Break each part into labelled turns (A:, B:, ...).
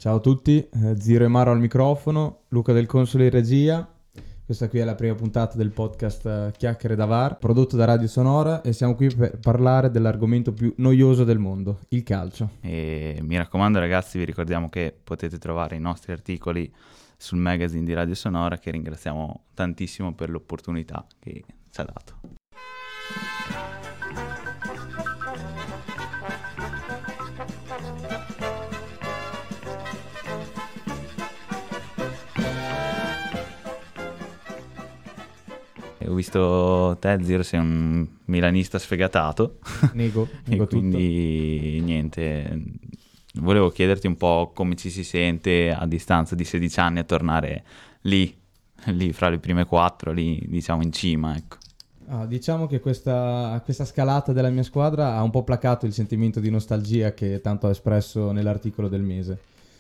A: Ciao a tutti, Ziro e Maro al microfono, Luca del Console in regia. Questa qui è la prima puntata del podcast Chiacchiere da VAR, prodotto da Radio Sonora, e siamo qui per parlare dell'argomento più noioso del mondo, il calcio.
B: E mi raccomando ragazzi, vi ricordiamo che potete trovare i nostri articoli sul magazine di Radio Sonora, che ringraziamo tantissimo per l'opportunità che ci ha dato. Ho visto te, Ziro, sei un milanista sfegatato.
A: Nego
B: e
A: tutto.
B: Quindi niente, volevo chiederti un po' come ci si sente a distanza di 16 anni a tornare lì fra le prime 4, lì diciamo in cima, ecco.
A: Diciamo che questa scalata della mia squadra ha un po' placato il sentimento di nostalgia che tanto ho espresso nell'articolo del mese.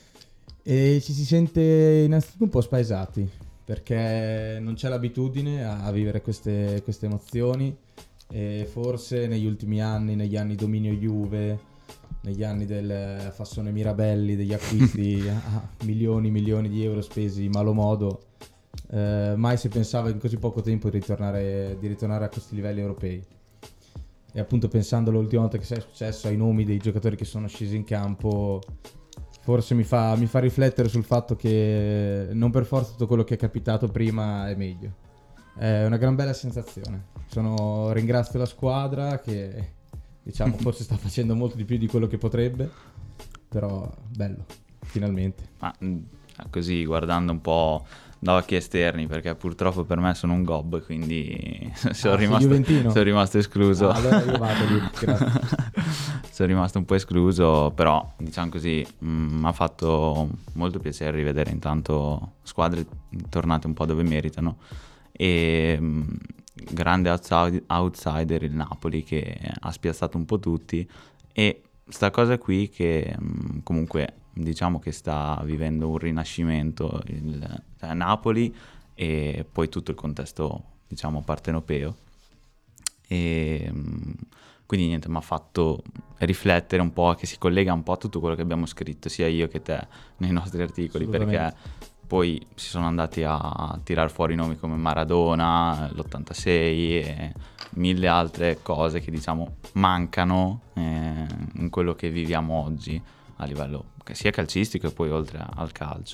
A: E ci si sente innanzitutto un po' spaesati, perché non c'è l'abitudine a vivere queste emozioni, e forse negli ultimi anni, negli anni dominio Juve, negli anni del fassone Mirabelli, degli acquisti a milioni di euro spesi in malo modo, mai si pensava in così poco tempo di ritornare a questi livelli europei. E appunto, pensando all'ultima volta che è successo, ai nomi dei giocatori che sono scesi in campo, forse mi fa riflettere sul fatto che non per forza tutto quello che è capitato prima è meglio. È una gran bella sensazione. Ringrazio la squadra che, diciamo, forse sta facendo molto di più di quello che potrebbe, però bello, finalmente.
B: Ma così, guardando un po' da occhi esterni, perché purtroppo per me sono un gob, quindi sono rimasto escluso.
A: Allora io vado lì, grazie.
B: Sono rimasto un po' escluso, però diciamo così mi ha fatto molto piacere rivedere intanto squadre tornate un po' dove meritano, e grande outsider il Napoli, che ha spiazzato un po' tutti, e sta cosa qui che comunque diciamo che sta vivendo un rinascimento il Napoli, e poi tutto il contesto diciamo partenopeo, e quindi niente, mi ha fatto riflettere un po', che si collega un po' a tutto quello che abbiamo scritto sia io che te nei nostri articoli, perché poi si sono andati a tirar fuori nomi come Maradona, l'86 e mille altre cose che diciamo mancano in quello che viviamo oggi a livello sia calcistico e poi oltre al calcio.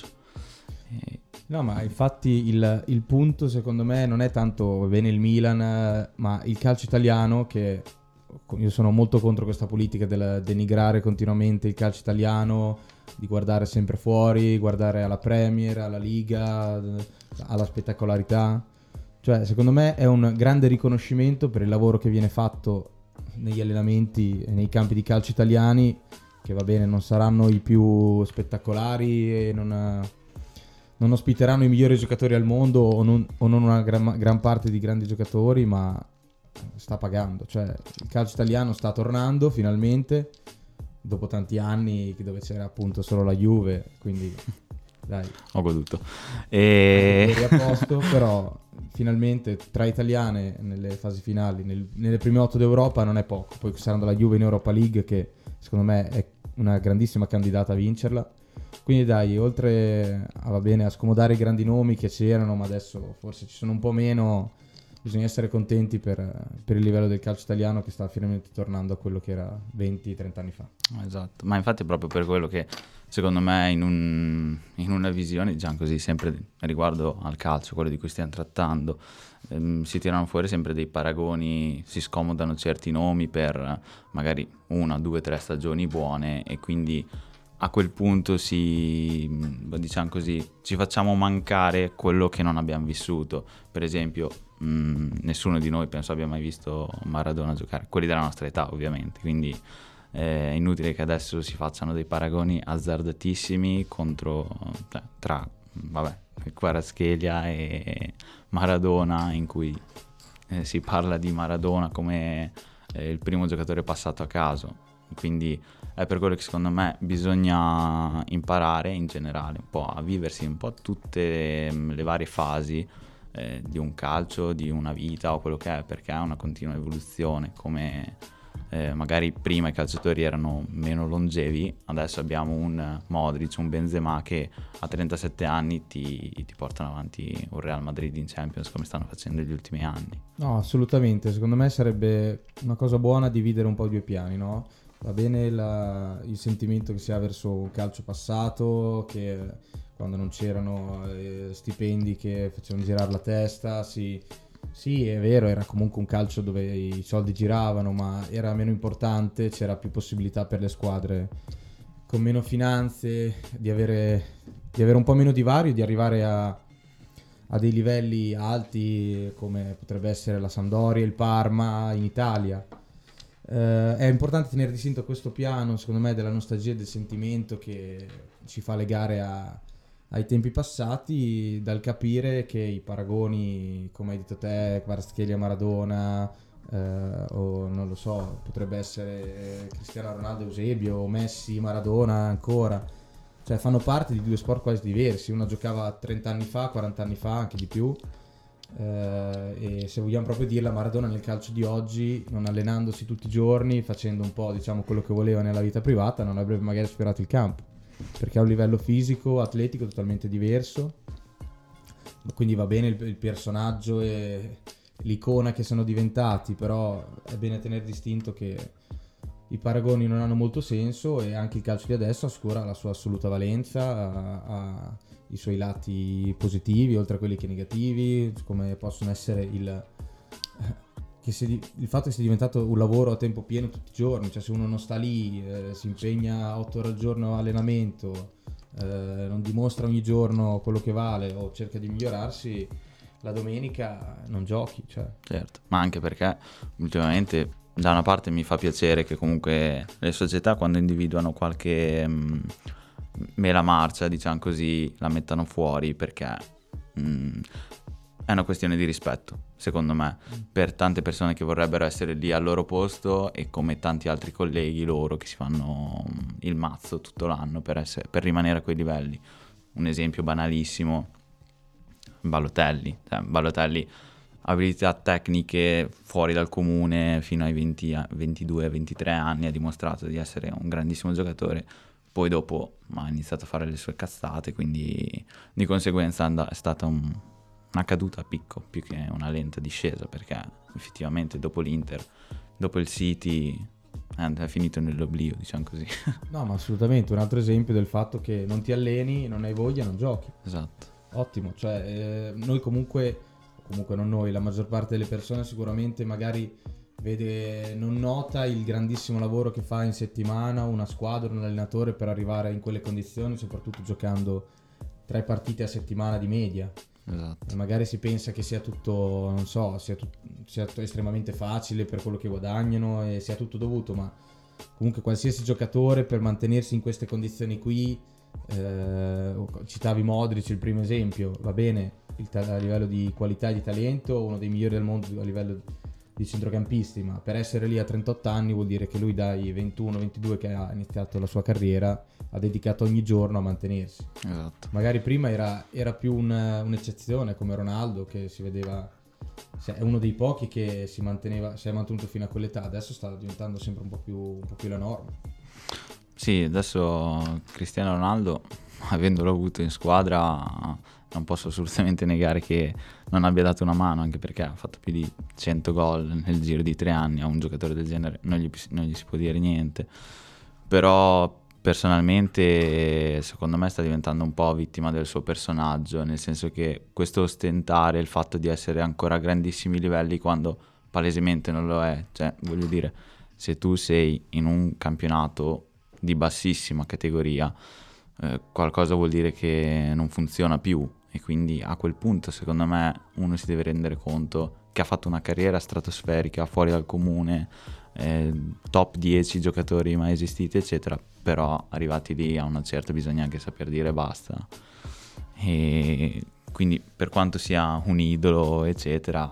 A: No, ma infatti il punto secondo me non è tanto bene il Milan, ma il calcio italiano, che io sono molto contro questa politica del denigrare continuamente il calcio italiano, di guardare sempre fuori, guardare alla Premier, alla Liga, alla spettacolarità. Cioè, secondo me è un grande riconoscimento per il lavoro che viene fatto negli allenamenti e nei campi di calcio italiani, che va bene, non saranno i più spettacolari e non ospiteranno i migliori giocatori al mondo, o non una gran parte di grandi giocatori, ma sta pagando. Cioè, il calcio italiano sta tornando finalmente dopo tanti anni dove c'era appunto solo la Juve, quindi dai,
B: ho goduto e
A: a posto. Però finalmente tra italiane nelle fasi finali, nelle prime 8 d'Europa, non è poco. Poi saranno la Juve in Europa League, che secondo me è una grandissima candidata a vincerla. Quindi dai, oltre va bene a scomodare i grandi nomi che c'erano, ma adesso forse ci sono un po' meno, bisogna essere contenti per il livello del calcio italiano, che sta finalmente tornando a quello che era 20-30 anni fa.
B: Esatto, ma infatti è proprio per quello che secondo me in una visione, diciamo così, sempre riguardo al calcio, quello di cui stiamo trattando, si tirano fuori sempre dei paragoni, si scomodano certi nomi per magari 1, 2, 3 stagioni buone, e quindi a quel punto diciamo così, ci facciamo mancare quello che non abbiamo vissuto. Per esempio, nessuno di noi penso abbia mai visto Maradona giocare, quelli della nostra età ovviamente, quindi è inutile che adesso si facciano dei paragoni azzardatissimi tra Kvaratskhelia e Maradona, in cui si parla di Maradona come il primo giocatore passato a caso. Quindi è per quello che secondo me bisogna imparare in generale un po' a viversi un po' tutte le varie fasi di un calcio, di una vita o quello che è, perché è una continua evoluzione, come magari prima i calciatori erano meno longevi, adesso abbiamo un Modric, un Benzema che a 37 anni ti portano avanti un Real Madrid in Champions come stanno facendo negli ultimi anni.
A: No, assolutamente, secondo me sarebbe una cosa buona dividere un po' i due piani, no? Va bene il sentimento che si ha verso un calcio passato, che quando non c'erano stipendi che facevano girare la testa, sì, è vero, era comunque un calcio dove i soldi giravano, ma era meno importante, c'era più possibilità per le squadre con meno finanze di avere un po' meno divario, di arrivare a dei livelli alti come potrebbe essere la Sampdoria, il Parma in Italia. È importante tenere distinto questo piano, secondo me, della nostalgia e del sentimento che ci fa legare ai tempi passati, dal capire che i paragoni, come hai detto te, Kvaratskhelia Maradona, o non lo so, potrebbe essere Cristiano Ronaldo Eusebio, o Messi Maradona ancora, cioè fanno parte di due sport quasi diversi. Uno giocava 30 anni fa, 40 anni fa, anche di più, e se vogliamo proprio dirla, Maradona nel calcio di oggi, non allenandosi tutti i giorni, facendo un po' diciamo quello che voleva nella vita privata, non avrebbe magari sfiorato il campo, perché ha un livello fisico, atletico totalmente diverso. Quindi va bene il personaggio e l'icona che sono diventati, però è bene tenere distinto che i paragoni non hanno molto senso, e anche il calcio di adesso assicura la sua assoluta valenza, ha i suoi lati positivi oltre a quelli che negativi, come possono essere il fatto che sia diventato un lavoro a tempo pieno tutti i giorni, cioè se uno non sta lì, si impegna 8 ore al giorno a allenamento, non dimostra ogni giorno quello che vale o cerca di migliorarsi, la domenica non giochi, cioè.
B: Certo, ma anche perché ultimamente da una parte mi fa piacere che comunque le società, quando individuano qualche mela marcia, diciamo così, la mettano fuori, perché è una questione di rispetto, secondo me, per tante persone che vorrebbero essere lì al loro posto, e come tanti altri colleghi loro che si fanno il mazzo tutto l'anno per rimanere a quei livelli. Un esempio banalissimo: Balotelli. Balotelli, abilità tecniche fuori dal comune, fino ai 22-23 anni ha dimostrato di essere un grandissimo giocatore, poi dopo ha iniziato a fare le sue cazzate, quindi di conseguenza è stata una caduta a picco più che una lenta discesa, perché effettivamente dopo l'Inter, dopo il City, è finito nell'oblio, diciamo così.
A: No, ma assolutamente, un altro esempio del fatto che non ti alleni, non hai voglia, non giochi.
B: Esatto.
A: Ottimo, cioè noi comunque non noi, la maggior parte delle persone sicuramente magari non nota il grandissimo lavoro che fa in settimana una squadra, un allenatore per arrivare in quelle condizioni, soprattutto giocando 3 partite a settimana di media.
B: Esatto.
A: E magari si pensa che sia tutto, non so, sia estremamente facile per quello che guadagnano e sia tutto dovuto, ma comunque qualsiasi giocatore per mantenersi in queste condizioni qui, citavi Modric, il primo esempio, va bene, a livello di qualità e di talento uno dei migliori del mondo a livello di centrocampisti, ma per essere lì a 38 anni vuol dire che lui dai 21-22 che ha iniziato la sua carriera ha dedicato ogni giorno a mantenersi.
B: Esatto.
A: Magari prima era più un'eccezione, come Ronaldo, che si vedeva, è uno dei pochi che si è mantenuto fino a quell'età. Adesso sta diventando sempre un po' più la norma.
B: Sì, adesso Cristiano Ronaldo, avendolo avuto in squadra, non posso assolutamente negare che non abbia dato una mano, anche perché ha fatto più di 100 gol nel giro di 3 anni. A un giocatore del genere non gli si può dire niente. Però personalmente secondo me sta diventando un po' vittima del suo personaggio, nel senso che questo ostentare il fatto di essere ancora a grandissimi livelli quando palesemente non lo è, cioè voglio dire, se tu sei in un campionato di bassissima categoria, qualcosa vuol dire che non funziona più, e quindi a quel punto secondo me uno si deve rendere conto che ha fatto una carriera stratosferica fuori dal comune, top 10 giocatori mai esistiti eccetera, però arrivati lì a una certa bisogna anche saper dire basta. E quindi per quanto sia un idolo eccetera,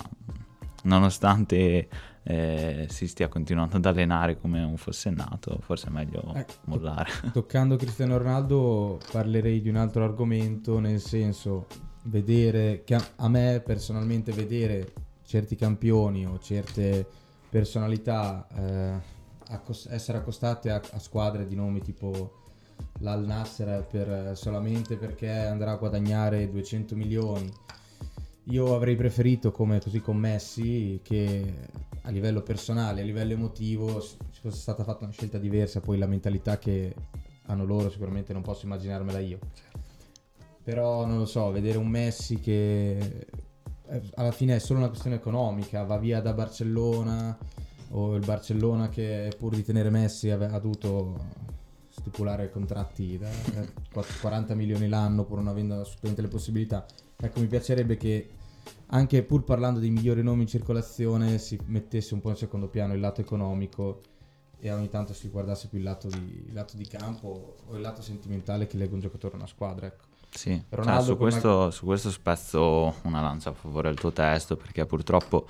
B: nonostante si stia continuando ad allenare come un fosse nato, forse è meglio mollare.
A: Toccando Cristiano Ronaldo parlerei di un altro argomento, nel senso vedere che a me personalmente vedere certi campioni o certe personalità essere accostate a squadre di nomi tipo l'Al Nassr solamente perché andrà a guadagnare 200 milioni. Io avrei preferito, come così con Messi, che a livello personale, a livello emotivo ci fosse stata fatta una scelta diversa. Poi la mentalità che hanno loro sicuramente non posso immaginarmela io, però non lo so, vedere un Messi che alla fine è solo una questione economica, va via da Barcellona, o il Barcellona che pur di tenere Messi ha dovuto stipulare contratti da 40 milioni l'anno pur non avendo assolutamente le possibilità. Ecco, mi piacerebbe che anche pur parlando dei migliori nomi in circolazione si mettesse un po' in secondo piano il lato economico e ogni tanto si guardasse più il lato di campo o il lato sentimentale che lega un giocatore a una squadra, ecco.
B: Sì,
A: Ronaldo
B: su questo spezzo una lancia a favore del tuo testo, perché purtroppo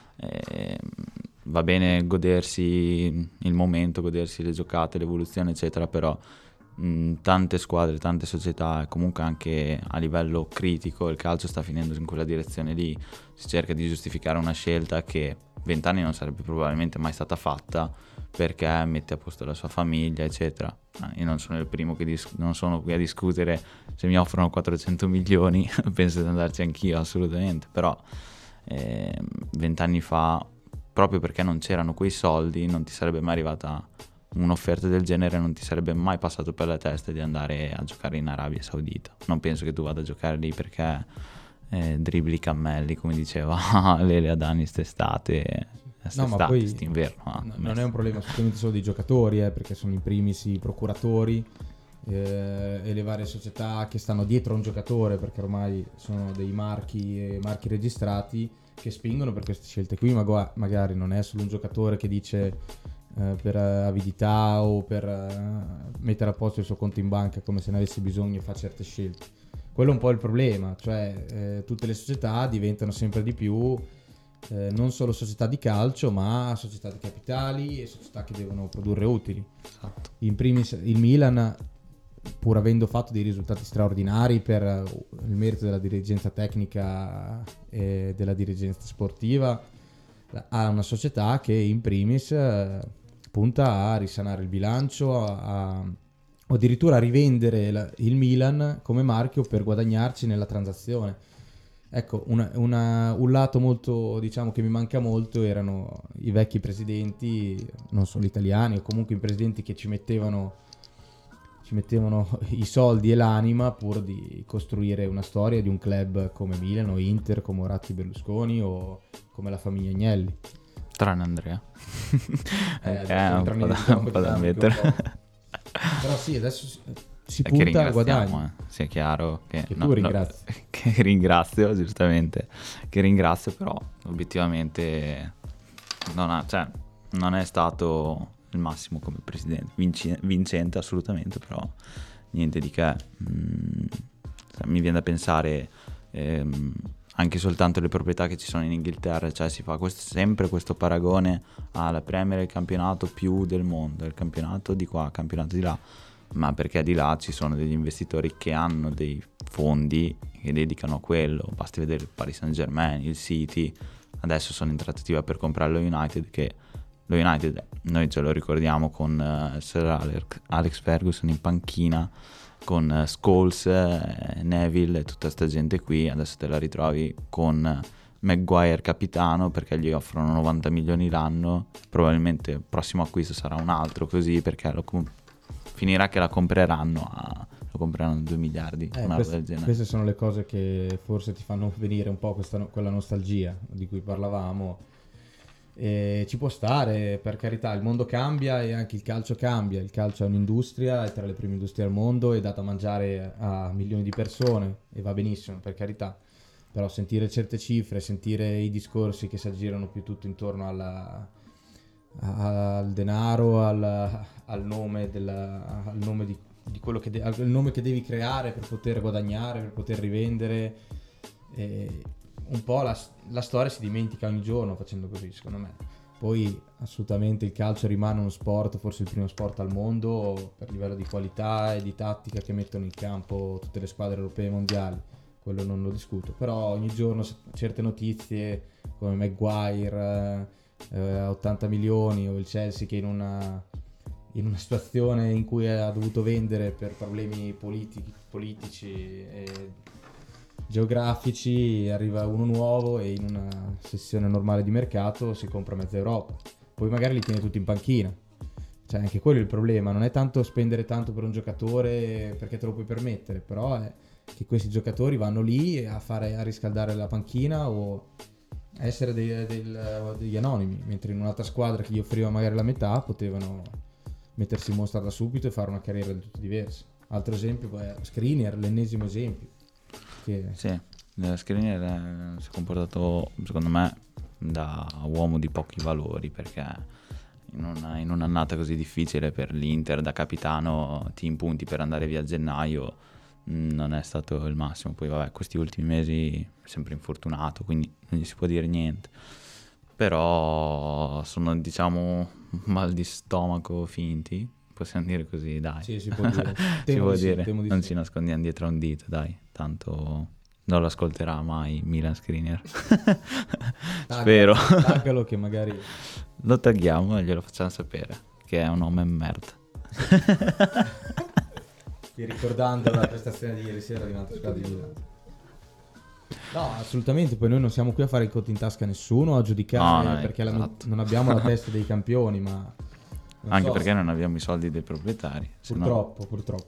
B: va bene godersi il momento, godersi le giocate, l'evoluzione eccetera, però tante squadre, tante società e comunque anche a livello critico il calcio sta finendo in quella direzione lì. Si cerca di giustificare una scelta che 20 anni non sarebbe probabilmente mai stata fatta perché mette a posto la sua famiglia eccetera. Io non sono il primo che non sono qui a discutere se mi offrono 400 milioni penso di andarci anch'io assolutamente, però 20 anni fa, proprio perché non c'erano quei soldi, non ti sarebbe mai arrivata un'offerta del genere, non ti sarebbe mai passato per la testa di andare a giocare in Arabia Saudita. Non penso che tu vada a giocare lì perché dribbli cammelli, come diceva Lele Adani quest'estate,
A: No, ma poi
B: quest'inverno.
A: non è un problema assolutamente solo dei giocatori, perché sono in primis i procuratori e le varie società che stanno dietro a un giocatore, perché ormai sono dei marchi registrati che spingono per queste scelte qui. Magari non è solo un giocatore che dice per avidità o per mettere a posto il suo conto in banca come se ne avesse bisogno e fa certe scelte. Quello è un po' il problema, cioè tutte le società diventano sempre di più non solo società di calcio, ma società di capitali e società che devono produrre utili.
B: Esatto.
A: In primis il Milan, pur avendo fatto dei risultati straordinari per il merito della dirigenza tecnica e della dirigenza sportiva, ha una società che in primis punta a risanare il bilancio, o addirittura a rivendere il Milan come marchio per guadagnarci nella transazione. Ecco, un lato molto, diciamo, che mi manca molto erano i vecchi presidenti, non solo italiani, o comunque i presidenti che ci mettevano i soldi e l'anima pur di costruire una storia di un club come Milan o Inter, come Moratti Berlusconi o come la famiglia Agnelli.
B: Tranne Andrea.
A: È
B: un po' da mettere.
A: Però sì, adesso si punta al guadagno.
B: Sia chiaro che
A: tu ringrazi.
B: Che ringrazio, giustamente, che ringrazio, però obiettivamente non è stato il massimo come presidente, vincente assolutamente, però niente di che. Mi viene da pensare anche soltanto le proprietà che ci sono in Inghilterra, cioè si fa sempre questo paragone alla Premier, il campionato più del mondo, il campionato di qua, il campionato di là, ma perché di là ci sono degli investitori che hanno dei fondi che dedicano a quello. Basti vedere il Paris Saint-Germain, il City, adesso sono in trattativa per comprare lo United, che lo United noi ce lo ricordiamo con Sir Alex Ferguson in panchina, con Scholes, Neville e tutta sta gente qui. Adesso te la ritrovi con Maguire capitano perché gli offrono 90 milioni l'anno, probabilmente il prossimo acquisto sarà un altro così, perché finirà che lo compreranno 2 miliardi, una roba del genere.
A: Queste sono le cose che forse ti fanno venire un po' quella nostalgia di cui parlavamo. E ci può stare, per carità, il mondo cambia e anche il calcio cambia. Il calcio è un'industria, è tra le prime industrie al mondo, è data a mangiare a milioni di persone e va benissimo, per carità. Però sentire certe cifre, sentire i discorsi che si aggirano più tutto intorno al denaro, al nome di quello al nome che devi creare per poter guadagnare, per poter rivendere, un po' la storia si dimentica ogni giorno facendo così, secondo me. Poi assolutamente il calcio rimane uno sport, forse il primo sport al mondo per livello di qualità e di tattica che mettono in campo tutte le squadre europee e mondiali, quello non lo discuto, però ogni giorno certe notizie come Maguire, a 80 milioni, o il Chelsea che in una situazione in cui ha dovuto vendere per problemi politici e geografici, arriva uno nuovo e in una sessione normale di mercato si compra mezza Europa, poi magari li tiene tutti in panchina. Cioè anche quello è il problema, non è tanto spendere tanto per un giocatore perché te lo puoi permettere, però è che questi giocatori vanno lì a riscaldare la panchina o a essere degli anonimi, mentre in un'altra squadra che gli offriva magari la metà potevano mettersi in mostra da subito e fare una carriera del tutto diversa. Altro esempio è Skriniar, l'ennesimo esempio.
B: Sì, Skriniar si è comportato secondo me da uomo di pochi valori, perché in un'annata così difficile per l'Inter, da capitano team punti per andare via a gennaio, non è stato il massimo. Poi vabbè, questi ultimi mesi è sempre infortunato, quindi non gli si può dire niente, però sono, diciamo, mal di stomaco finti, possiamo dire così, dai.
A: Sì, si può dire.
B: Si può dire, non
A: sì.
B: ci nascondiamo dietro a un dito, dai, tanto non lo ascolterà mai Milan Skriniar. Spero.
A: Taggalo che magari
B: lo tagghiamo e glielo facciamo sapere che è un nome merda.
A: Ricordando la prestazione di ieri sera di un'altra squadra di Milano. No, assolutamente, poi noi non siamo qui a fare il conto in tasca a nessuno, a giudicare,
B: no,
A: perché
B: esatto.
A: non abbiamo la testa dei campioni, ma
B: anche perché non abbiamo i soldi dei proprietari.
A: Purtroppo.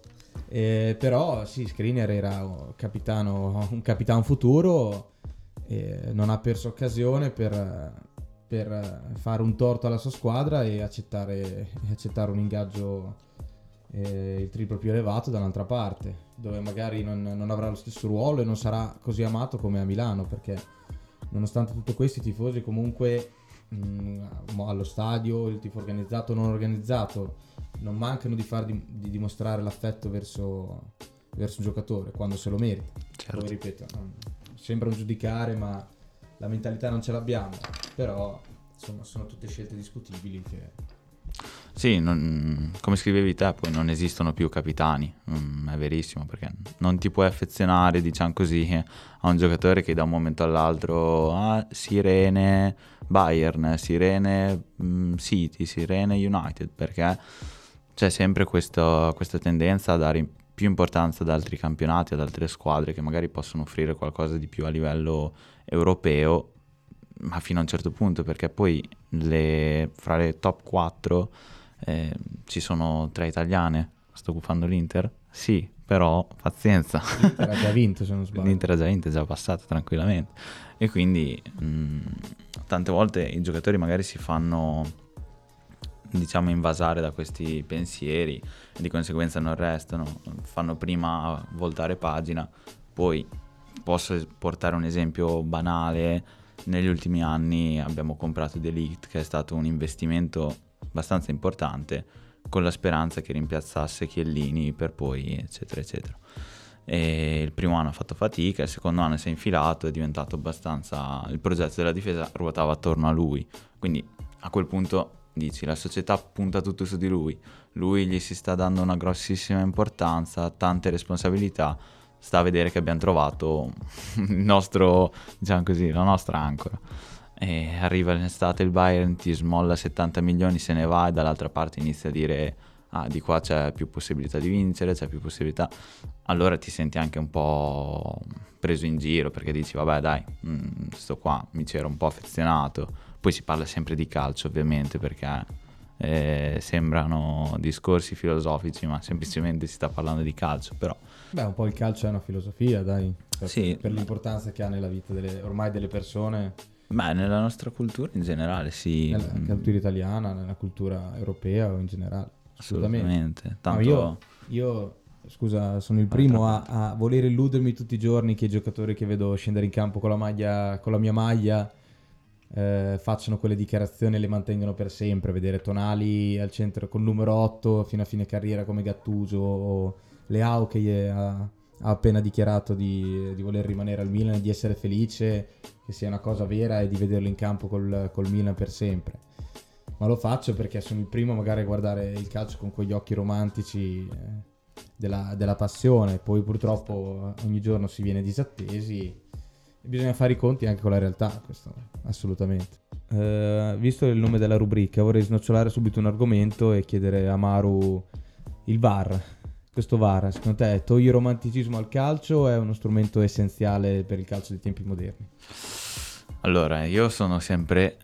A: Però sì, Skriniar era un capitano futuro, non ha perso occasione per fare un torto alla sua squadra e accettare un ingaggio il triplo più elevato da un'altra parte, dove magari non avrà lo stesso ruolo e non sarà così amato come a Milano, perché nonostante tutto questo i tifosi comunque allo stadio, il tifo organizzato o non organizzato, non mancano di dimostrare l'affetto verso un giocatore quando se lo merita.
B: Certo.
A: Poi ripeto, sembra un giudicare, ma la mentalità non ce l'abbiamo, però insomma sono tutte scelte discutibili che...
B: Sì, come scrivevi te, poi non esistono più capitani, è verissimo, perché non ti puoi affezionare, diciamo così, a un giocatore che da un momento all'altro sirene Bayern, sirene City, sirene United, perché c'è sempre questa tendenza a dare più importanza ad altri campionati, ad altre squadre che magari possono offrire qualcosa di più a livello europeo, ma fino a un certo punto, perché poi fra le top 4 ci sono 3 italiane. Sto gufando l'Inter? Sì, però pazienza.
A: L'Inter ha già vinto, se non sbaglio.
B: L'Inter ha già vinto, è già passato tranquillamente. E quindi tante volte i giocatori magari si fanno, diciamo, invasare da questi pensieri e di conseguenza non restano, fanno prima voltare pagina. Poi posso portare un esempio banale: negli ultimi anni abbiamo comprato De Ligt, che è stato un investimento abbastanza importante, con la speranza che rimpiazzasse Chiellini per poi eccetera eccetera. E il primo anno ha fatto fatica, il secondo anno si è infilato, è diventato abbastanza, il progetto della difesa ruotava attorno a lui, quindi a quel punto dici la società punta tutto su di lui gli si sta dando una grossissima importanza, tante responsabilità, sta a vedere che abbiamo trovato il nostro, diciamo così, la nostra ancora. E arriva l'estate, il Bayern ti smolla 70 milioni, se ne va, e dall'altra parte inizia a dire di qua c'è più possibilità di vincere, c'è più possibilità. Allora ti senti anche un po' preso in giro, perché dici vabbè dai, sto qua, mi c'ero un po' affezionato. Poi si parla sempre di calcio ovviamente, perché sembrano discorsi filosofici, ma semplicemente si sta parlando di calcio. Però
A: un po' il calcio è una filosofia, dai,
B: sì,
A: per l'importanza che ha nella vita ormai delle persone.
B: Beh, nella nostra cultura in generale, sì.
A: Nella cultura italiana, nella cultura europea o in generale.
B: Assolutamente. Tanto...
A: No, io, scusa, sono il primo a voler illudermi tutti i giorni che i giocatori che vedo scendere in campo con la mia maglia facciano quelle dichiarazioni e le mantengano per sempre. Vedere Tonali al centro col numero 8 fino a fine carriera come Gattuso, o Leao che ha appena dichiarato di voler rimanere al Milan e di essere felice che sia una cosa vera e di vederlo in campo col Milan per sempre. Ma lo faccio perché sono il primo magari a guardare il calcio con quegli occhi romantici della passione. Poi purtroppo ogni giorno si viene disattesi E bisogna fare i conti anche con la realtà, questo assolutamente. Visto il nome della rubrica, vorrei snocciolare subito un argomento e chiedere a Maru il VAR. Questo VAR, secondo te, toglie romanticismo al calcio o è uno strumento essenziale per il calcio dei tempi moderni?
B: Allora, io sono sempre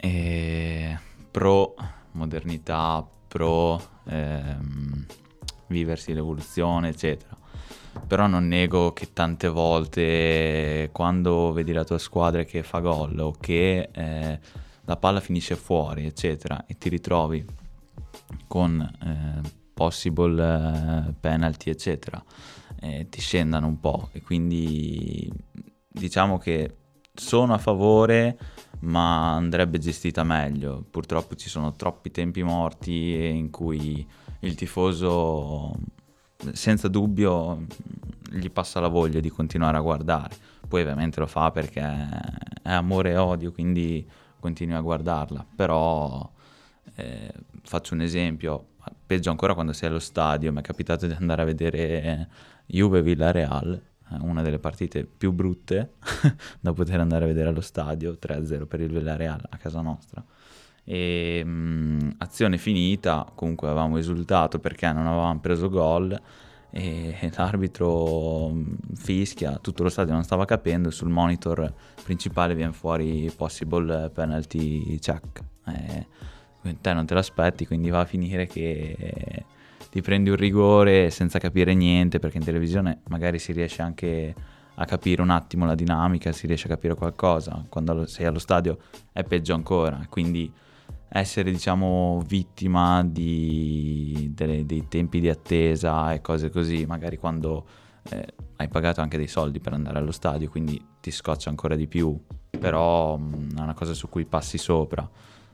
B: pro modernità, pro viversi l'evoluzione, eccetera. Però non nego che tante volte quando vedi la tua squadra che fa gol o che la palla finisce fuori, eccetera, e ti ritrovi con possible penalty, eccetera, ti scendano un po', e quindi diciamo che sono a favore, ma andrebbe gestita meglio. Purtroppo ci sono troppi tempi morti in cui il tifoso senza dubbio gli passa la voglia di continuare a guardare. Poi ovviamente lo fa perché è amore e odio, quindi continui a guardarla. Però faccio un esempio, peggio ancora quando sei allo stadio. Mi è capitato di andare a vedere Juve-Villarreal, una delle partite più brutte da poter andare a vedere allo stadio, 3-0 per il Villarreal a casa nostra. E azione finita, comunque avevamo esultato perché non avevamo preso gol, e l'arbitro fischia, tutto lo stadio non stava capendo, sul monitor principale viene fuori possible penalty check. Te non te l'aspetti, quindi va a finire che ti prendi un rigore senza capire niente, perché in televisione magari si riesce anche a capire un attimo la dinamica, si riesce a capire qualcosa. Quando sei allo stadio è peggio ancora, quindi essere, diciamo, vittima dei tempi di attesa e cose così, magari quando hai pagato anche dei soldi per andare allo stadio, quindi ti scoccia ancora di più, però è una cosa su cui passi sopra.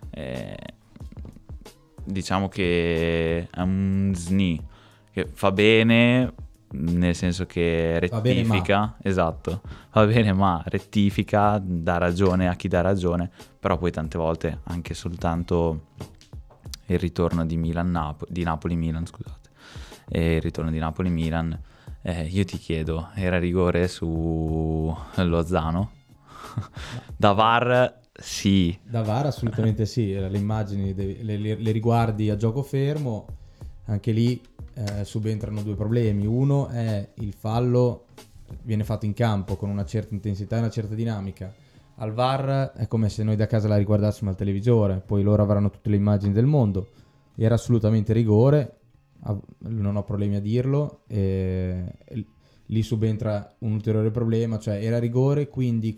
B: Diciamo che è un SNI che fa bene, nel senso che rettifica, esatto, va bene, ma rettifica, dà ragione a chi dà ragione, però poi tante volte anche soltanto il ritorno di Napoli-Milan, scusate, e il ritorno di Napoli-Milan, io ti chiedo, era rigore su Lozano? Da VAR sì.
A: Da VAR assolutamente sì, le immagini le riguardi a gioco fermo, anche lì subentrano due problemi. Uno è il fallo viene fatto in campo con una certa intensità e una certa dinamica. Al VAR è come se noi da casa la riguardassimo al televisore, poi loro avranno tutte le immagini del mondo. Era assolutamente rigore, non ho problemi a dirlo, e lì subentra un ulteriore problema, cioè era rigore, quindi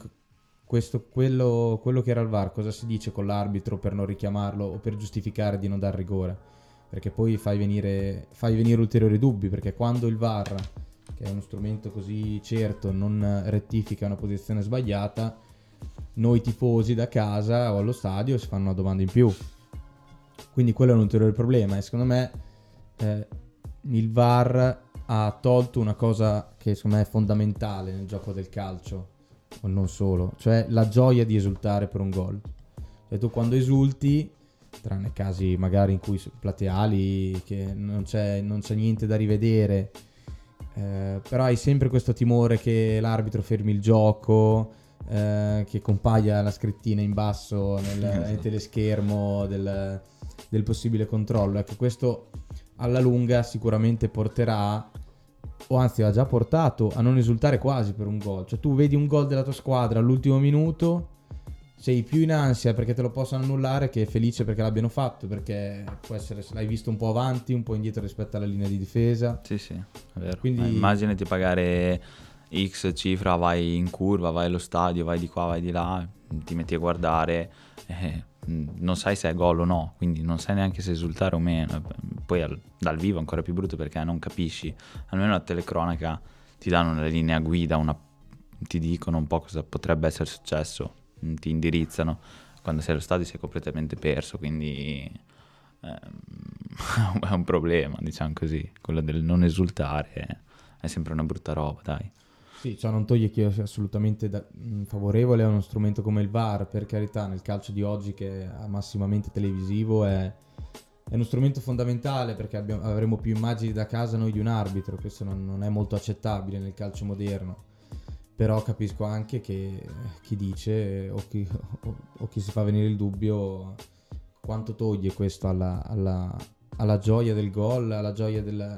A: quello che era il VAR, cosa si dice con l'arbitro per non richiamarlo o per giustificare di non dar rigore? Perché poi fai venire ulteriori dubbi, perché quando il VAR, che è uno strumento così certo, non rettifica una posizione sbagliata, noi tifosi da casa o allo stadio si fanno una domanda in più. Quindi quello è un ulteriore problema, e secondo me il VAR ha tolto una cosa che secondo me è fondamentale nel gioco del calcio, o non solo, cioè la gioia di esultare per un gol. Cioè tu quando esulti, tranne casi magari in cui plateali che non c'è niente da rivedere, però hai sempre questo timore che l'arbitro fermi il gioco, che compaia la scrittina in basso nel teleschermo del possibile controllo. Ecco, questo alla lunga sicuramente porterà, o anzi ha già portato, a non esultare quasi per un gol. Cioè tu vedi un gol della tua squadra all'ultimo minuto, sei più in ansia perché te lo possono annullare che felice perché l'abbiano fatto, perché può essere, l'hai visto un po' avanti, un po' indietro rispetto alla linea di difesa.
B: Sì, è vero.
A: Quindi
B: Immaginati pagare X cifra, vai in curva, vai allo stadio, vai di qua, vai di là, ti metti a guardare, non sai se è gol o no, quindi non sai neanche se esultare o meno. Poi dal vivo è ancora più brutto perché non capisci. Almeno la telecronaca ti danno una linea guida, ti dicono un po' cosa potrebbe essere successo, ti indirizzano. Quando sei allo stadio sei completamente perso, quindi è un problema, diciamo così. Quello del non esultare è sempre una brutta roba, dai.
A: sì, ciò non toglie che io sia assolutamente favorevole a uno strumento come il VAR, per carità. Nel calcio di oggi, che è massimamente televisivo, è uno strumento fondamentale, perché avremo più immagini da casa noi di un arbitro. Questo non è molto accettabile nel calcio moderno. Però capisco anche che chi dice o chi si fa venire il dubbio quanto toglie questo alla gioia del gol, alla gioia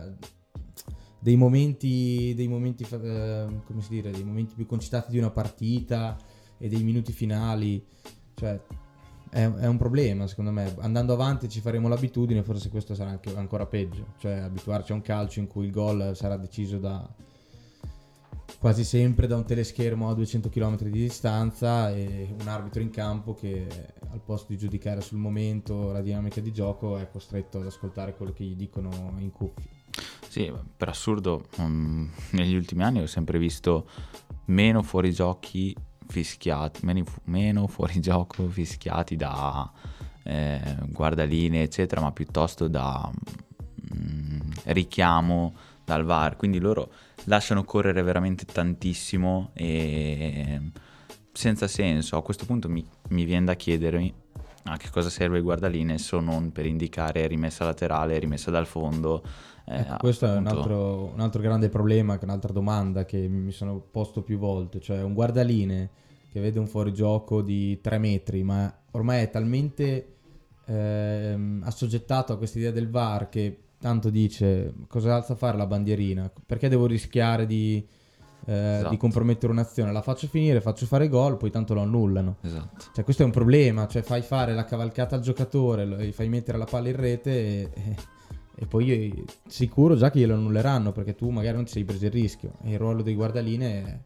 A: come si dire, dei momenti più concitati di una partita e dei minuti finali. Cioè è un problema, secondo me. Andando avanti ci faremo l'abitudine, forse questo sarà anche ancora peggio, cioè abituarci a un calcio in cui il gol sarà deciso quasi sempre da un teleschermo a 200 km di distanza e un arbitro in campo che al posto di giudicare sul momento la dinamica di gioco è costretto ad ascoltare quello che gli dicono in cuffia.
B: Sì, per assurdo, negli ultimi anni ho sempre visto meno fuorigiochi fischiati, meno fuorigioco fischiati da guardalinee, eccetera, ma piuttosto da richiamo dal VAR. Quindi loro lasciano correre veramente tantissimo e senza senso. A questo punto mi viene da chiedermi a che cosa serve il guardalinee se non per indicare rimessa laterale, rimessa dal fondo.
A: Questo è
B: appunto...
A: un altro grande problema, un'altra domanda che mi sono posto più volte, cioè un guardalinee che vede un fuorigioco di 3 metri, ma ormai è talmente assoggettato a questa idea del VAR che tanto dice cosa alza a fare la bandierina, perché devo rischiare di
B: Esatto.
A: compromettere un'azione, la faccio finire, faccio fare gol, poi tanto lo annullano.
B: Esatto.
A: Cioè questo è un problema, cioè fai fare la cavalcata al giocatore, gli fai mettere la palla in rete e poi sicuro già che glielo annulleranno perché tu magari non ti sei preso il rischio. E il ruolo dei guardalinee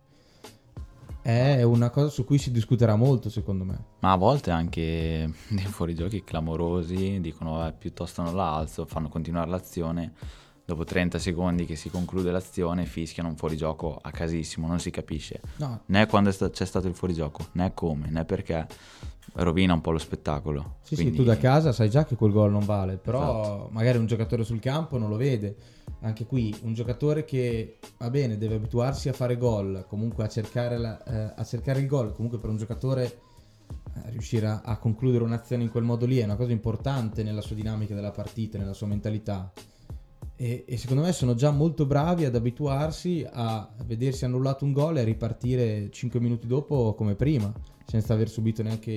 A: è una cosa su cui si discuterà molto, secondo me.
B: Ma a volte anche dei fuorigiochi clamorosi dicono vabbè, piuttosto non la alzo, fanno continuare l'azione, dopo 30 secondi che si conclude l'azione fischiano un fuorigioco a casissimo, non si capisce
A: No.
B: né quando c'è stato il fuorigioco, né come, né perché, rovina un po' lo spettacolo.
A: Sì,
B: Quindi...
A: sì, tu da casa sai già che quel gol non vale, però
B: Esatto.
A: magari un giocatore sul campo non lo vede. Anche qui un giocatore che va bene, deve abituarsi a fare gol, comunque a cercare il gol, comunque per un giocatore riuscire a concludere un'azione in quel modo lì è una cosa importante nella sua dinamica della partita, nella sua mentalità. E secondo me sono già molto bravi ad abituarsi a vedersi annullato un gol e a ripartire 5 minuti dopo come prima, senza aver subito neanche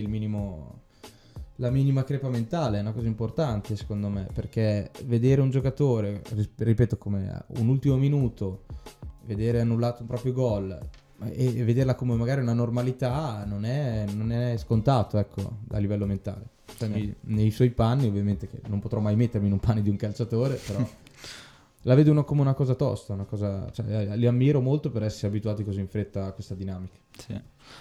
A: la minima crepa mentale. È una cosa importante secondo me, perché vedere un giocatore, ripeto, come un ultimo minuto, vedere annullato un proprio gol e vederla come magari una normalità non è scontato, ecco, a livello mentale. Cioè,
B: Sì.
A: nei suoi panni, ovviamente, che non potrò mai mettermi in un panni di un calciatore, però la vedo come una cosa tosta, cioè, li ammiro molto per essere abituati così in fretta a questa dinamica.
B: Sì,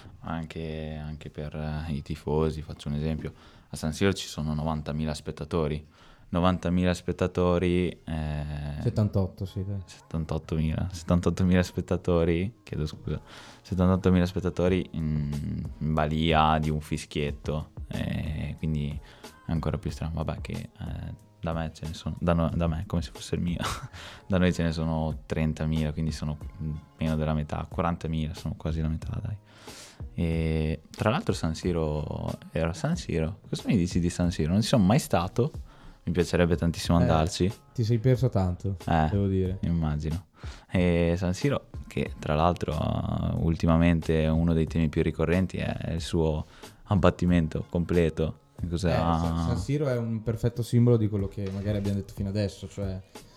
B: anche per i tifosi, faccio un esempio, a San Siro ci sono 90.000 spettatori, 90.000 spettatori,
A: 78, sì, dai.
B: 78.000 spettatori, chiedo scusa, 78.000 spettatori in balia di un fischietto, quindi è ancora più strano, vabbè che da me ce ne sono, da me come se fosse il mio, da noi ce ne sono 30.000, quindi sono meno della metà, 40.000, sono quasi la metà, dai. E tra l'altro San Siro, era San Siro, cosa mi dici di San Siro? Non ci sono mai stato, mi piacerebbe tantissimo andarci.
A: Ti sei perso tanto, devo dire.
B: Immagino. E San Siro, che tra l'altro ultimamente uno dei temi più ricorrenti è il suo abbattimento completo.
A: San Siro è un perfetto simbolo di quello che magari abbiamo detto fino adesso, cioè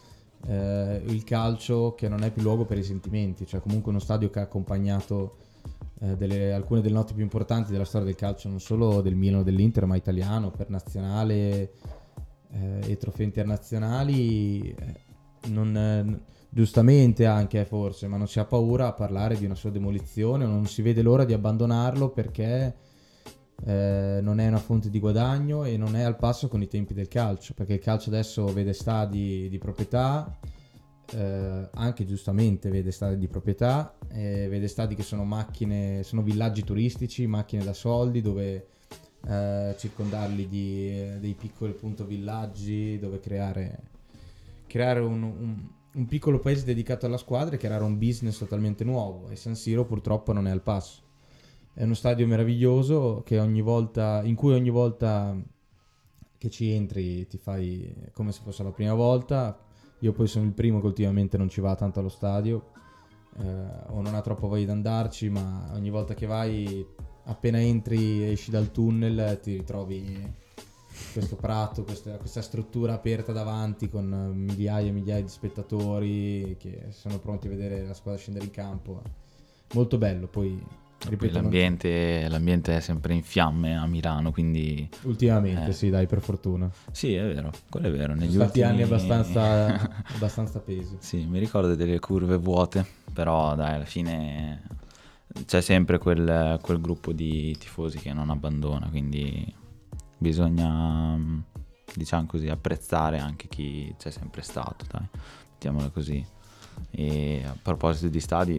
A: il calcio che non è più luogo per i sentimenti, cioè comunque uno stadio che ha accompagnato alcune delle note più importanti della storia del calcio, non solo del Milan o dell'Inter, ma italiano, per nazionale e trofei internazionali. Giustamente anche forse, ma non si ha paura a parlare di una sua demolizione, non si vede l'ora di abbandonarlo perché non è una fonte di guadagno e non è al passo con i tempi del calcio, perché il calcio adesso vede stadi di proprietà, anche giustamente vede stadi di proprietà, vede stadi che sono macchine, sono villaggi turistici, macchine da soldi dove circondarli dei piccoli appunto villaggi dove creare un piccolo paese dedicato alla squadra e creare un business totalmente nuovo, e San Siro purtroppo non è al passo. È uno stadio meraviglioso che in cui ogni volta che ci entri ti fai come se fosse la prima volta. Io poi sono il primo che ultimamente non ci va tanto allo stadio, o non ha troppo voglia di andarci, ma ogni volta che vai, appena entri e esci dal tunnel, ti ritrovi questo prato, questa struttura aperta davanti con migliaia e migliaia di spettatori che sono pronti a vedere la squadra scendere in campo. Molto bello. Poi ripeto,
B: l'ambiente è sempre in fiamme a Milano, quindi
A: ultimamente sì, dai, per fortuna.
B: sì, è vero, quello è vero. Negli
A: Sono stati
B: ultimi
A: anni abbastanza pesi.
B: Sì, mi ricordo delle curve vuote, però dai, alla fine c'è sempre quel gruppo di tifosi che non abbandona, quindi bisogna, diciamo così, apprezzare anche chi c'è sempre stato, dai, mettiamola così. E a proposito di stadi,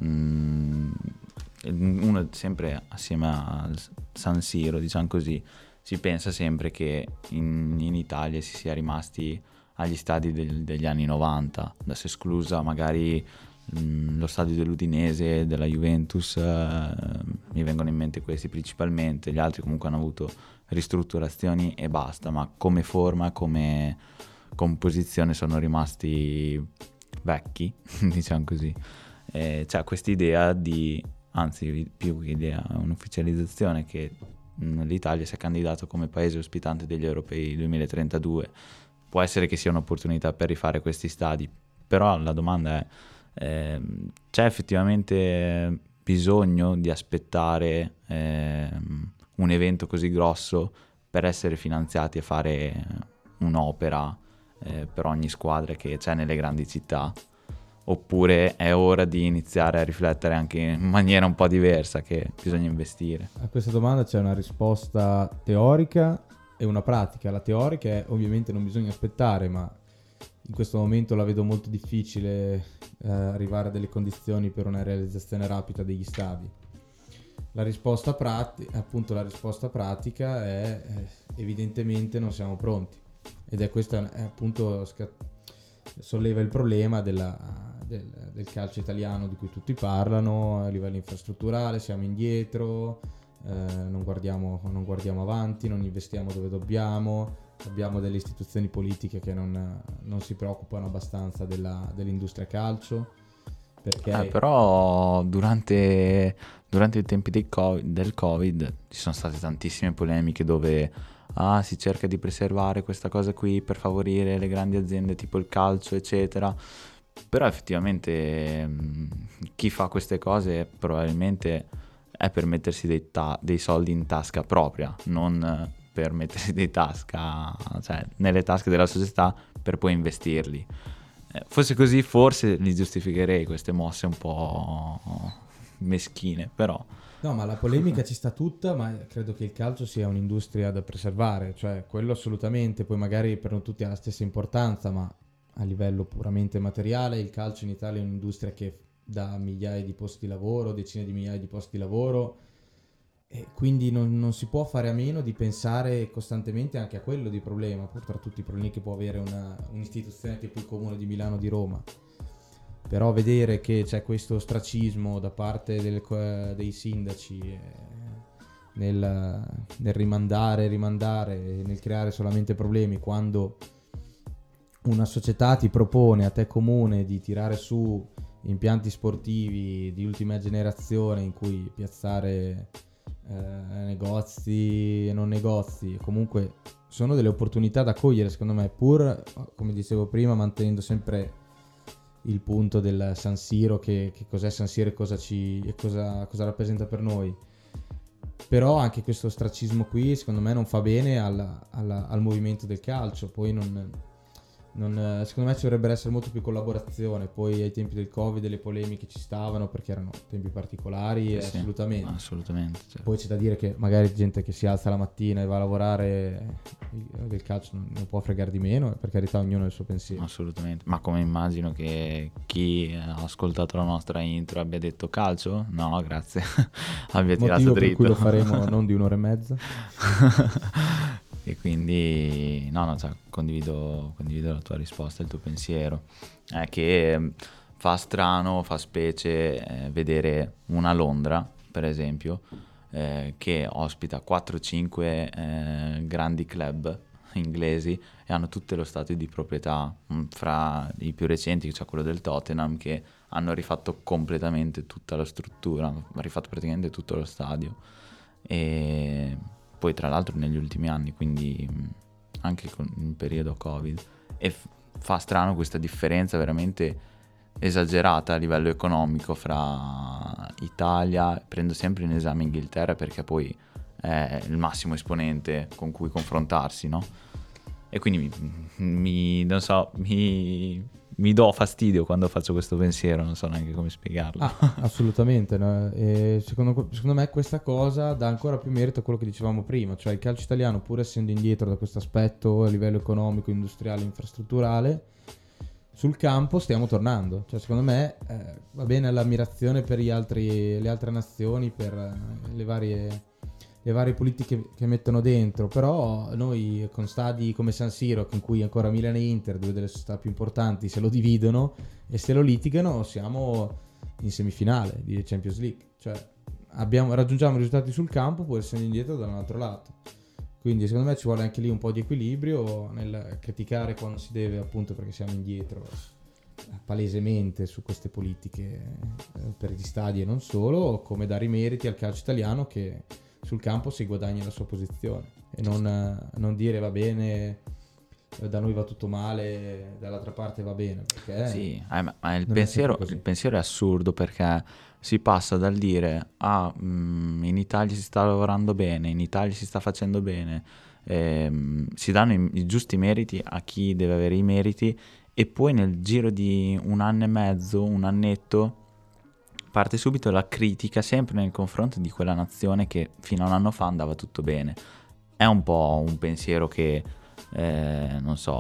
B: uno sempre assieme al San Siro, diciamo così, si pensa sempre che in Italia si sia rimasti agli stadi degli anni 90, adesso esclusa magari lo stadio dell'Udinese, della Juventus, mi vengono in mente questi principalmente, gli altri comunque hanno avuto ristrutturazioni e basta, ma come forma, come composizione sono rimasti vecchi, diciamo così. C'è quest'idea di, anzi più che idea, un'ufficializzazione che l'Italia si è candidato come paese ospitante degli europei 2032. Può essere che sia un'opportunità per rifare questi stadi, però la domanda è c'è effettivamente bisogno di aspettare un evento così grosso per essere finanziati e fare un'opera per ogni squadra che c'è nelle grandi città, oppure è ora di iniziare a riflettere anche in maniera un po' diversa che bisogna investire?
A: A questa domanda c'è una risposta teorica e una pratica. La teorica è ovviamente non bisogna aspettare, ma in questo momento la vedo molto difficile arrivare a delle condizioni per una realizzazione rapida degli stadi. La risposta pratica è evidentemente non siamo pronti, ed è questa appunto solleva il problema del calcio italiano di cui tutti parlano. A livello infrastrutturale siamo indietro, non guardiamo avanti, non investiamo dove dobbiamo. Abbiamo delle istituzioni politiche che non si preoccupano abbastanza dell'industria calcio, perché
B: però durante i tempi del Covid ci sono state tantissime polemiche dove si cerca di preservare questa cosa qui per favorire le grandi aziende tipo il calcio, eccetera. Però effettivamente chi fa queste cose probabilmente è per mettersi dei soldi in tasca propria, non per mettersi nelle tasche della società per poi investirli. Fosse così forse li giustificherei queste mosse un po' meschine, però
A: no, ma la polemica ci sta tutta, ma credo che il calcio sia un'industria da preservare, cioè quello assolutamente. Poi magari per non tutti ha la stessa importanza, ma a livello puramente materiale il calcio in Italia è un'industria che dà migliaia di posti di lavoro, decine di migliaia di posti di lavoro, e quindi non si può fare a meno di pensare costantemente anche a quello di problema, pur tra tutti i problemi che può avere un'istituzione tipo il Comune di Milano o di Roma. Però vedere che c'è questo ostracismo da parte dei sindaci nel rimandare, nel creare solamente problemi, quando una società ti propone a te comune di tirare su impianti sportivi di ultima generazione in cui piazzare negozi e non negozi, comunque sono delle opportunità da cogliere secondo me, pur come dicevo prima mantenendo sempre il punto del San Siro, che cos'è San Siro e cosa rappresenta per noi. Però anche questo ostracismo qui secondo me non fa bene al movimento del calcio. Poi secondo me ci dovrebbe essere molto più collaborazione. Poi ai tempi del Covid le polemiche ci stavano perché erano tempi particolari,
B: sì, assolutamente, certo.
A: Poi c'è da dire che magari gente che si alza la mattina e va a lavorare del calcio non può fregare di meno, per carità, ognuno ha il suo pensiero.
B: Assolutamente, ma come immagino che chi ha ascoltato la nostra intro abbia detto calcio? No, grazie. Abbia tirato
A: motivo
B: dritto.
A: Per cui lo faremo non di un'ora e mezza.
B: E quindi condivido la tua risposta, il tuo pensiero. È che fa strano, fa specie vedere una Londra, per esempio, che ospita 4-5 grandi club inglesi e hanno tutte lo stato di proprietà. Fra i più recenti c'è quello del Tottenham, che hanno rifatto completamente tutta la struttura, hanno rifatto praticamente tutto lo stadio, e poi tra l'altro negli ultimi anni, quindi anche con il periodo Covid, e fa strano questa differenza veramente esagerata a livello economico fra Italia, prendo sempre in esame Inghilterra perché poi è il massimo esponente con cui confrontarsi, no? E quindi non so, mi do fastidio quando faccio questo pensiero, non so neanche come spiegarlo.
A: Assolutamente, no? E secondo me questa cosa dà ancora più merito a quello che dicevamo prima, cioè il calcio italiano, pur essendo indietro da questo aspetto a livello economico, industriale, infrastrutturale, sul campo stiamo tornando. Cioè secondo me va bene l'ammirazione per le altre nazioni, per le varie politiche che mettono dentro, però noi con stadi come San Siro, in cui ancora Milan e Inter, due delle società più importanti, se lo dividono e se lo litigano, siamo in semifinale di Champions League. Cioè raggiungiamo risultati sul campo pur essendo indietro da un altro lato. Quindi secondo me ci vuole anche lì un po' di equilibrio nel criticare quando si deve, appunto perché siamo indietro palesemente su queste politiche per gli stadi e non solo, come dare i meriti al calcio italiano che sul campo si guadagna la sua posizione e non dire va bene, da noi va tutto male, dall'altra parte va bene, perché
B: sì, ma il pensiero è assurdo, perché si passa dal dire in Italia si sta lavorando bene, in Italia si sta facendo bene, si danno i giusti meriti a chi deve avere i meriti, e poi nel giro di un anno e mezzo, un annetto, parte subito la critica sempre nei confronti di quella nazione che fino a un anno fa andava tutto bene. È un po' un pensiero che, non so,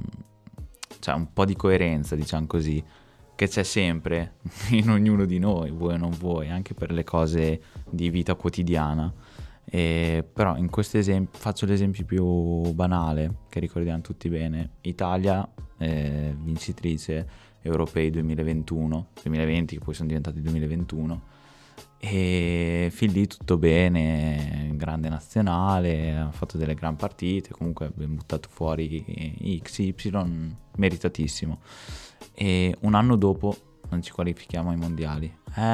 B: c'è un po' di coerenza, diciamo così, che c'è sempre in ognuno di noi, vuoi o non vuoi, anche per le cose di vita quotidiana. Però in questo esempio faccio l'esempio più banale, che ricordiamo tutti bene: Italia vincitrice europei 2020, che poi sono diventati 2021, e fin lì tutto bene, grande nazionale, ha fatto delle gran partite, comunque abbiamo buttato fuori XY, meritatissimo. E un anno dopo non ci qualifichiamo ai mondiali,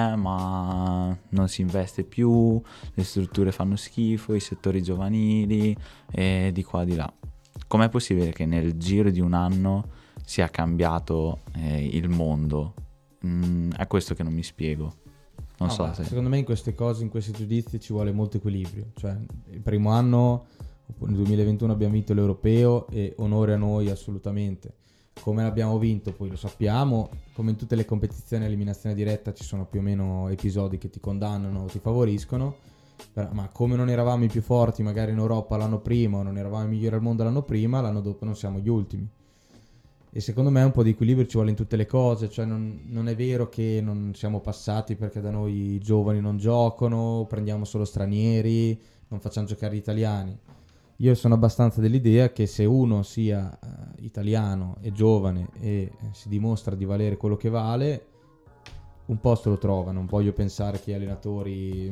B: ma non si investe più, le strutture fanno schifo, i settori giovanili, e di qua di là. Com'è possibile che nel giro di un anno sia cambiato il mondo? È questo che non mi spiego. Non so se...
A: Secondo me in queste cose, in questi giudizi ci vuole molto equilibrio. Cioè il primo anno, nel 2021 abbiamo vinto l'Europeo, e onore a noi assolutamente. Come l'abbiamo vinto poi lo sappiamo, come in tutte le competizioni a eliminazione diretta ci sono più o meno episodi che ti condannano o ti favoriscono, ma come non eravamo i più forti magari in Europa l'anno prima, o non eravamo i migliori al mondo l'anno prima, l'anno dopo non siamo gli ultimi. E secondo me un po' di equilibrio ci vuole in tutte le cose, cioè non è vero che non siamo passati perché da noi i giovani non giocano, prendiamo solo stranieri, non facciamo giocare gli italiani. Io sono abbastanza dell'idea che se uno sia italiano e giovane e si dimostra di valere quello che vale, un posto lo trova. Non voglio pensare che allenatori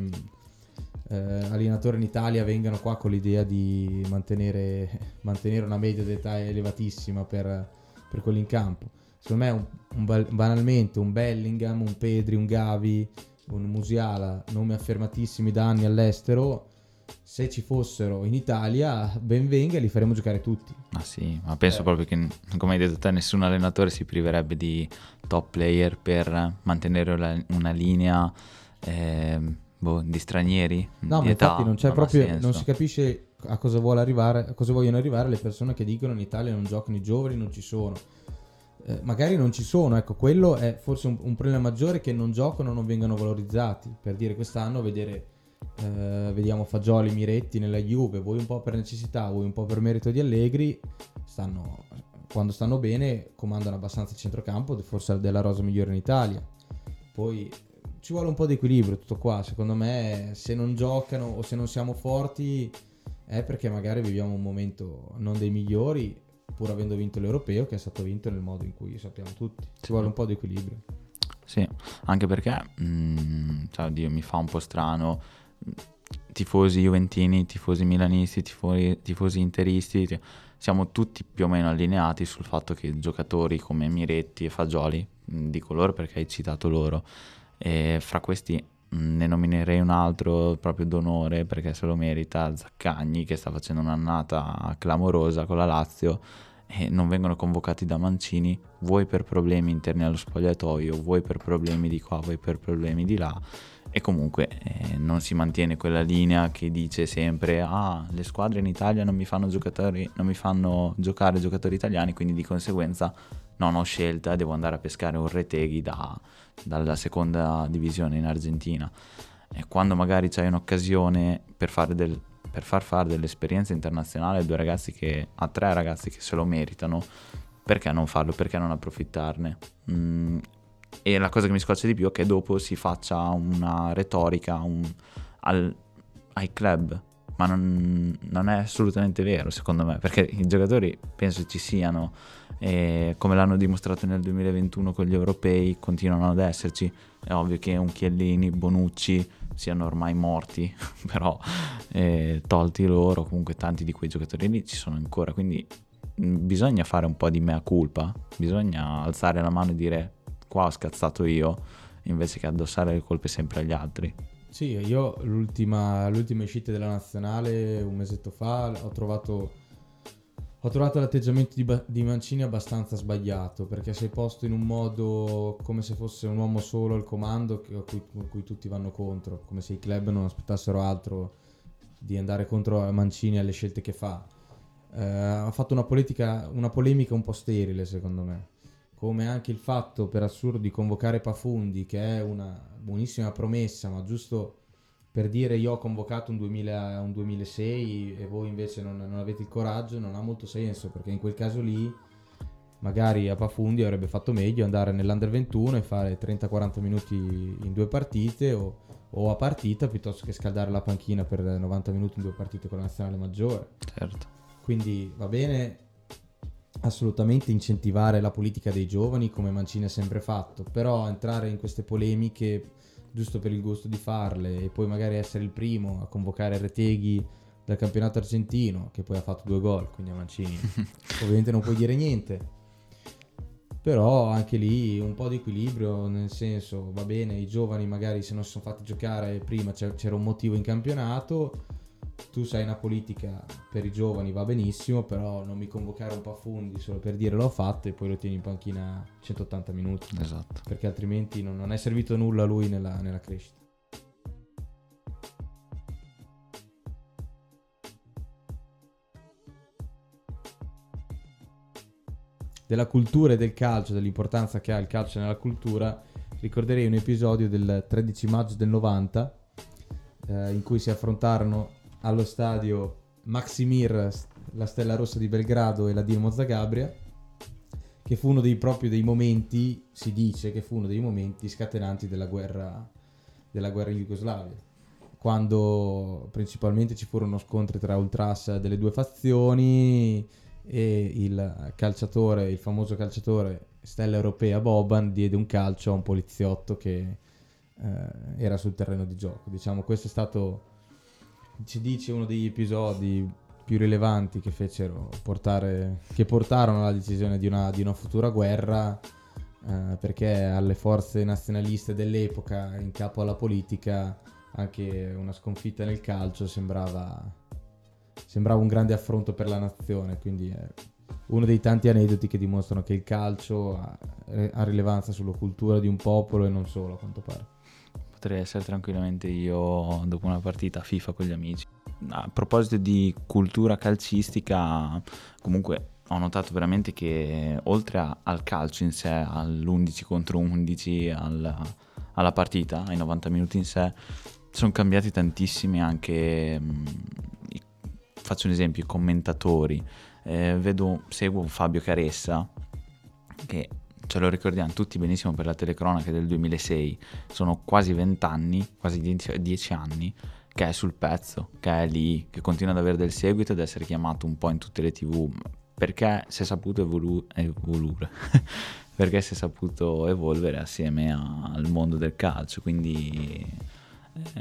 A: in Italia vengano qua con l'idea di mantenere una media d'età elevatissima per quelli in campo. Secondo me banalmente un Bellingham, un Pedri, un Gavi, un Musiala, nomi affermatissimi da anni all'estero, se ci fossero in Italia ben venga, li faremo giocare tutti.
B: Sì, ma penso proprio che, come hai detto te, nessun allenatore si priverebbe di top player per mantenere una linea di stranieri.
A: No,
B: di
A: ma
B: età,
A: infatti non c'è proprio,
B: senso.
A: non si capisce a cosa vogliono arrivare le persone che dicono in Italia non giocano i giovani, non ci sono. Magari non ci sono, ecco, quello è forse un problema maggiore, che non giocano, non vengono valorizzati. Per dire, quest'anno vediamo Fagioli, Miretti nella Juve, vuoi un po' per necessità, vuoi un po' per merito di Allegri, quando stanno bene comandano abbastanza il centrocampo, forse della rosa migliore in Italia. Poi ci vuole un po' di equilibrio, tutto qua. Secondo me se non giocano o se non siamo forti è perché magari viviamo un momento non dei migliori, pur avendo vinto l'Europeo, che è stato vinto nel modo in cui sappiamo tutti. Ci vuole un po' di equilibrio.
B: Sì, anche perché oddio, mi fa un po' strano, tifosi juventini, tifosi milanisti, tifosi interisti, siamo tutti più o meno allineati sul fatto che giocatori come Miretti e Fagioli di coloro perché hai citato loro, e fra questi ne nominerei un altro proprio d'onore perché se lo merita, Zaccagni, che sta facendo un'annata clamorosa con la Lazio, e non vengono convocati da Mancini, vuoi per problemi interni allo spogliatoio, vuoi per problemi di qua, vuoi per problemi di là, e comunque non si mantiene quella linea che dice sempre le squadre in Italia non mi fanno giocare giocatori italiani, quindi di conseguenza non ho scelta, devo andare a pescare un Retegui dalla seconda divisione in Argentina. E quando magari c'hai un'occasione per far fare dell'esperienza internazionale a tre ragazzi che se lo meritano, perché non farlo? Perché non approfittarne? E la cosa che mi scoccia di più è che dopo si faccia una retorica ai club, ma non è assolutamente vero secondo me, perché i giocatori penso ci siano, e come l'hanno dimostrato nel 2021 con gli europei continuano ad esserci. È ovvio che un Chiellini, Bonucci siano ormai morti però tolti loro, comunque tanti di quei giocatori lì ci sono ancora, quindi bisogna fare un po' di mea culpa, bisogna alzare la mano e dire qua ho scazzato io, invece che addossare le colpe sempre agli altri.
A: Sì, io l'ultima uscita della nazionale un mesetto fa ho trovato l'atteggiamento di Mancini abbastanza sbagliato, perché si è posto in un modo come se fosse un uomo solo al comando a cui tutti vanno contro, come se i club non aspettassero altro di andare contro Mancini alle scelte che fa. Ha fatto una polemica un po' sterile secondo me, come anche il fatto per assurdo di convocare Pafundi, che è una buonissima promessa, ma giusto per dire io ho convocato un 2006 e voi invece non avete il coraggio, non ha molto senso, perché in quel caso lì magari a Pafundi avrebbe fatto meglio andare nell'Under 21 e fare 30-40 minuti in 2 partite o a partita, piuttosto che scaldare la panchina per 90 minuti in 2 partite con la nazionale maggiore.
B: Certo.
A: Quindi va bene assolutamente incentivare la politica dei giovani come Mancini ha sempre fatto, però entrare in queste polemiche giusto per il gusto di farle e poi magari essere il primo a convocare Retegui dal campionato argentino, che poi ha fatto 2 gol, quindi a Mancini ovviamente non puoi dire niente, però anche lì un po' di equilibrio, nel senso va bene, i giovani magari se non si sono fatti giocare prima c'era un motivo in campionato, tu sai una politica per i giovani va benissimo, però non mi convocare un Pafundi solo per dire l'ho fatto e poi lo tieni in panchina 180 minuti.
B: Esatto.
A: Perché altrimenti non è servito nulla a lui nella crescita. Della cultura e del calcio, dell'importanza che ha il calcio nella cultura, ricorderei un episodio del 13 maggio del 90 in cui si affrontarono allo stadio Maksimir, la Stella Rossa di Belgrado e la Dinamo Zagabria, che fu uno dei momenti, si dice che fu uno dei momenti scatenanti della guerra in Jugoslavia, quando principalmente ci furono scontri tra ultras delle due fazioni e il famoso calciatore stella europea Boban diede un calcio a un poliziotto che era sul terreno di gioco. Diciamo, questo è stato, ci dice, uno degli episodi più rilevanti che portarono alla decisione di una futura guerra, perché alle forze nazionaliste dell'epoca in capo alla politica anche una sconfitta nel calcio sembrava un grande affronto per la nazione, quindi è uno dei tanti aneddoti che dimostrano che il calcio ha rilevanza sulla cultura di un popolo e non solo, a quanto pare.
B: Potrei essere tranquillamente io dopo una partita a FIFA con gli amici. A proposito di cultura calcistica, comunque ho notato veramente che oltre al calcio in sé, all'11 contro 11, alla partita, ai 90 minuti in sé, sono cambiati tantissimi anche, faccio un esempio, i commentatori. Seguo Fabio Caressa, che ce lo ricordiamo tutti benissimo per la telecronaca del 2006, sono quasi 20 anni, quasi 10 anni, che è sul pezzo, che è lì, che continua ad avere del seguito ed essere chiamato un po' in tutte le TV, perché si è saputo perché si è saputo evolvere assieme al mondo del calcio, quindi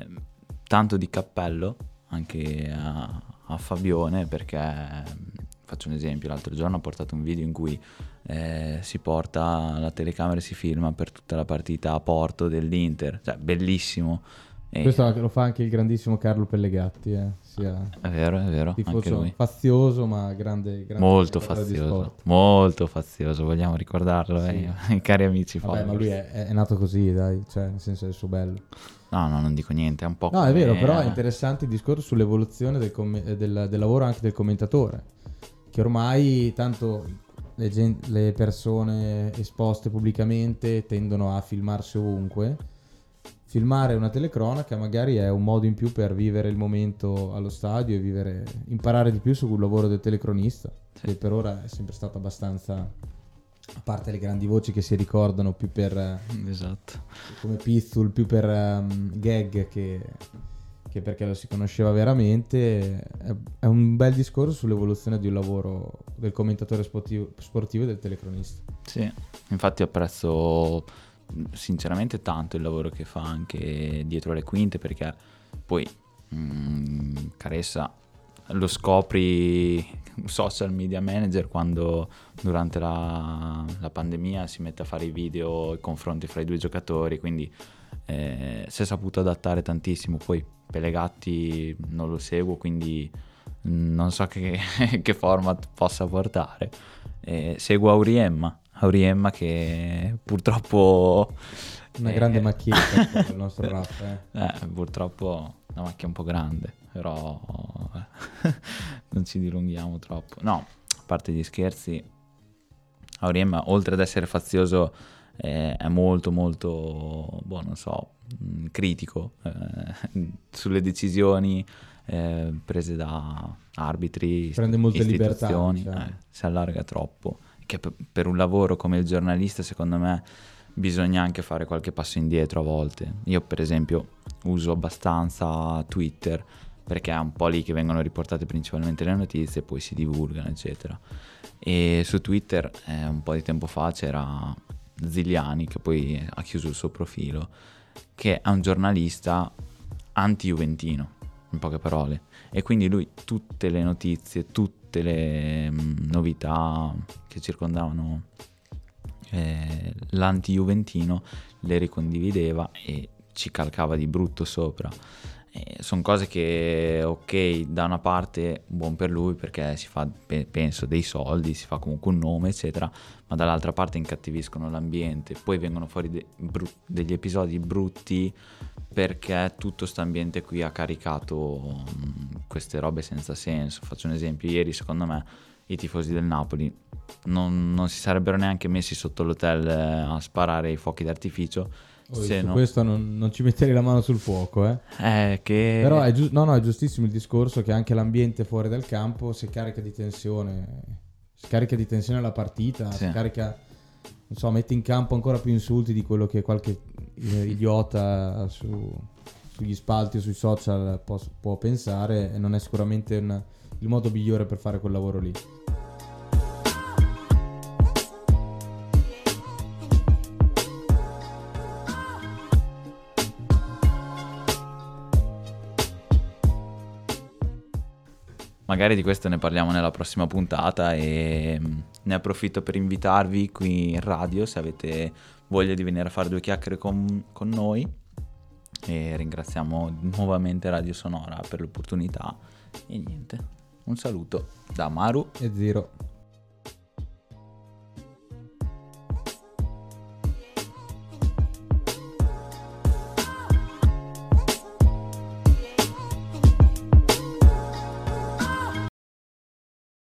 B: tanto di cappello anche a Fabione, perché faccio un esempio, l'altro giorno ho portato un video in cui si porta la telecamera e si filma per tutta la partita a Porto dell'Inter, cioè bellissimo.
A: Questo lo fa anche il grandissimo Carlo Pellegatti, sia
B: è vero, anche
A: tifoso
B: lui.
A: fazioso, ma grande
B: Molto
A: giocatore di
B: fazioso,
A: sport.
B: molto fazioso, vogliamo ricordarlo,
A: Sì.
B: cari amici
A: Vabbè,
B: followers.
A: ma lui è nato così, dai, cioè nel senso è il suo bello.
B: No, non dico niente, è un po'
A: No, è vero,
B: come-
A: però è interessante il discorso sull'evoluzione del lavoro anche del commentatore, che ormai tanto le persone esposte pubblicamente tendono a filmarsi ovunque. Filmare una telecronaca magari è un modo in più per vivere il momento allo stadio e imparare di più sul lavoro del telecronista, che per ora è sempre stato abbastanza, a parte le grandi voci che si ricordano più per
B: Esatto.
A: come Pizzul, più per gag che perché lo si conosceva veramente. È un bel discorso sull'evoluzione di un lavoro del commentatore sportivo e del telecronista.
B: Sì, infatti apprezzo sinceramente tanto il lavoro che fa anche dietro le quinte, perché poi Caressa lo scopri social media manager quando durante la pandemia si mette a fare i video, i confronti fra i due giocatori, quindi si è saputo adattare tantissimo. Poi Pellegatti non lo seguo, quindi non so che format possa portare. Seguo Auriemma che purtroppo
A: Una grande macchietta il nostro rap.
B: Purtroppo una macchia un po' grande, però non ci dilunghiamo troppo. No, a parte gli scherzi, Auriemma oltre ad essere fazioso è molto molto, non so, critico sulle decisioni prese da arbitri,
A: Prende molte
B: istituzioni,
A: libertà, diciamo.
B: Si allarga troppo, che per un lavoro come il giornalista secondo me bisogna anche fare qualche passo indietro a volte. Io per esempio uso abbastanza Twitter perché è un po' lì che vengono riportate principalmente le notizie e poi si divulgano eccetera, e su Twitter un po' di tempo fa c'era Ziliani, che poi ha chiuso il suo profilo, che è un giornalista anti-juventino in poche parole, e quindi lui tutte le notizie, tutte le novità che circondavano l'anti-juventino le ricondivideva e ci calcava di brutto sopra. Sono cose che, ok, da una parte buon per lui perché si fa, penso, dei soldi, si fa comunque un nome eccetera, ma dall'altra parte incattiviscono l'ambiente, poi vengono fuori degli episodi brutti perché tutto sto ambiente qui ha caricato queste robe senza senso. Faccio un esempio: ieri secondo me i tifosi del Napoli non si sarebbero neanche messi sotto l'hotel a sparare i fuochi d'artificio.
A: Su questo non ci metterei la mano sul fuoco,
B: Però
A: è giustissimo il discorso che anche l'ambiente fuori dal campo si carica di tensione, la partita,
B: sì.
A: si carica, non so, mette in campo ancora più insulti di quello che qualche idiota sugli spalti o sui social può pensare, e non è sicuramente il modo migliore per fare quel lavoro lì.
B: Magari di questo ne parliamo nella prossima puntata, e ne approfitto per invitarvi qui in radio se avete voglia di venire a fare due chiacchiere con noi, e ringraziamo nuovamente Radio Sonora per l'opportunità. E niente, un saluto da Maru
A: e Zero.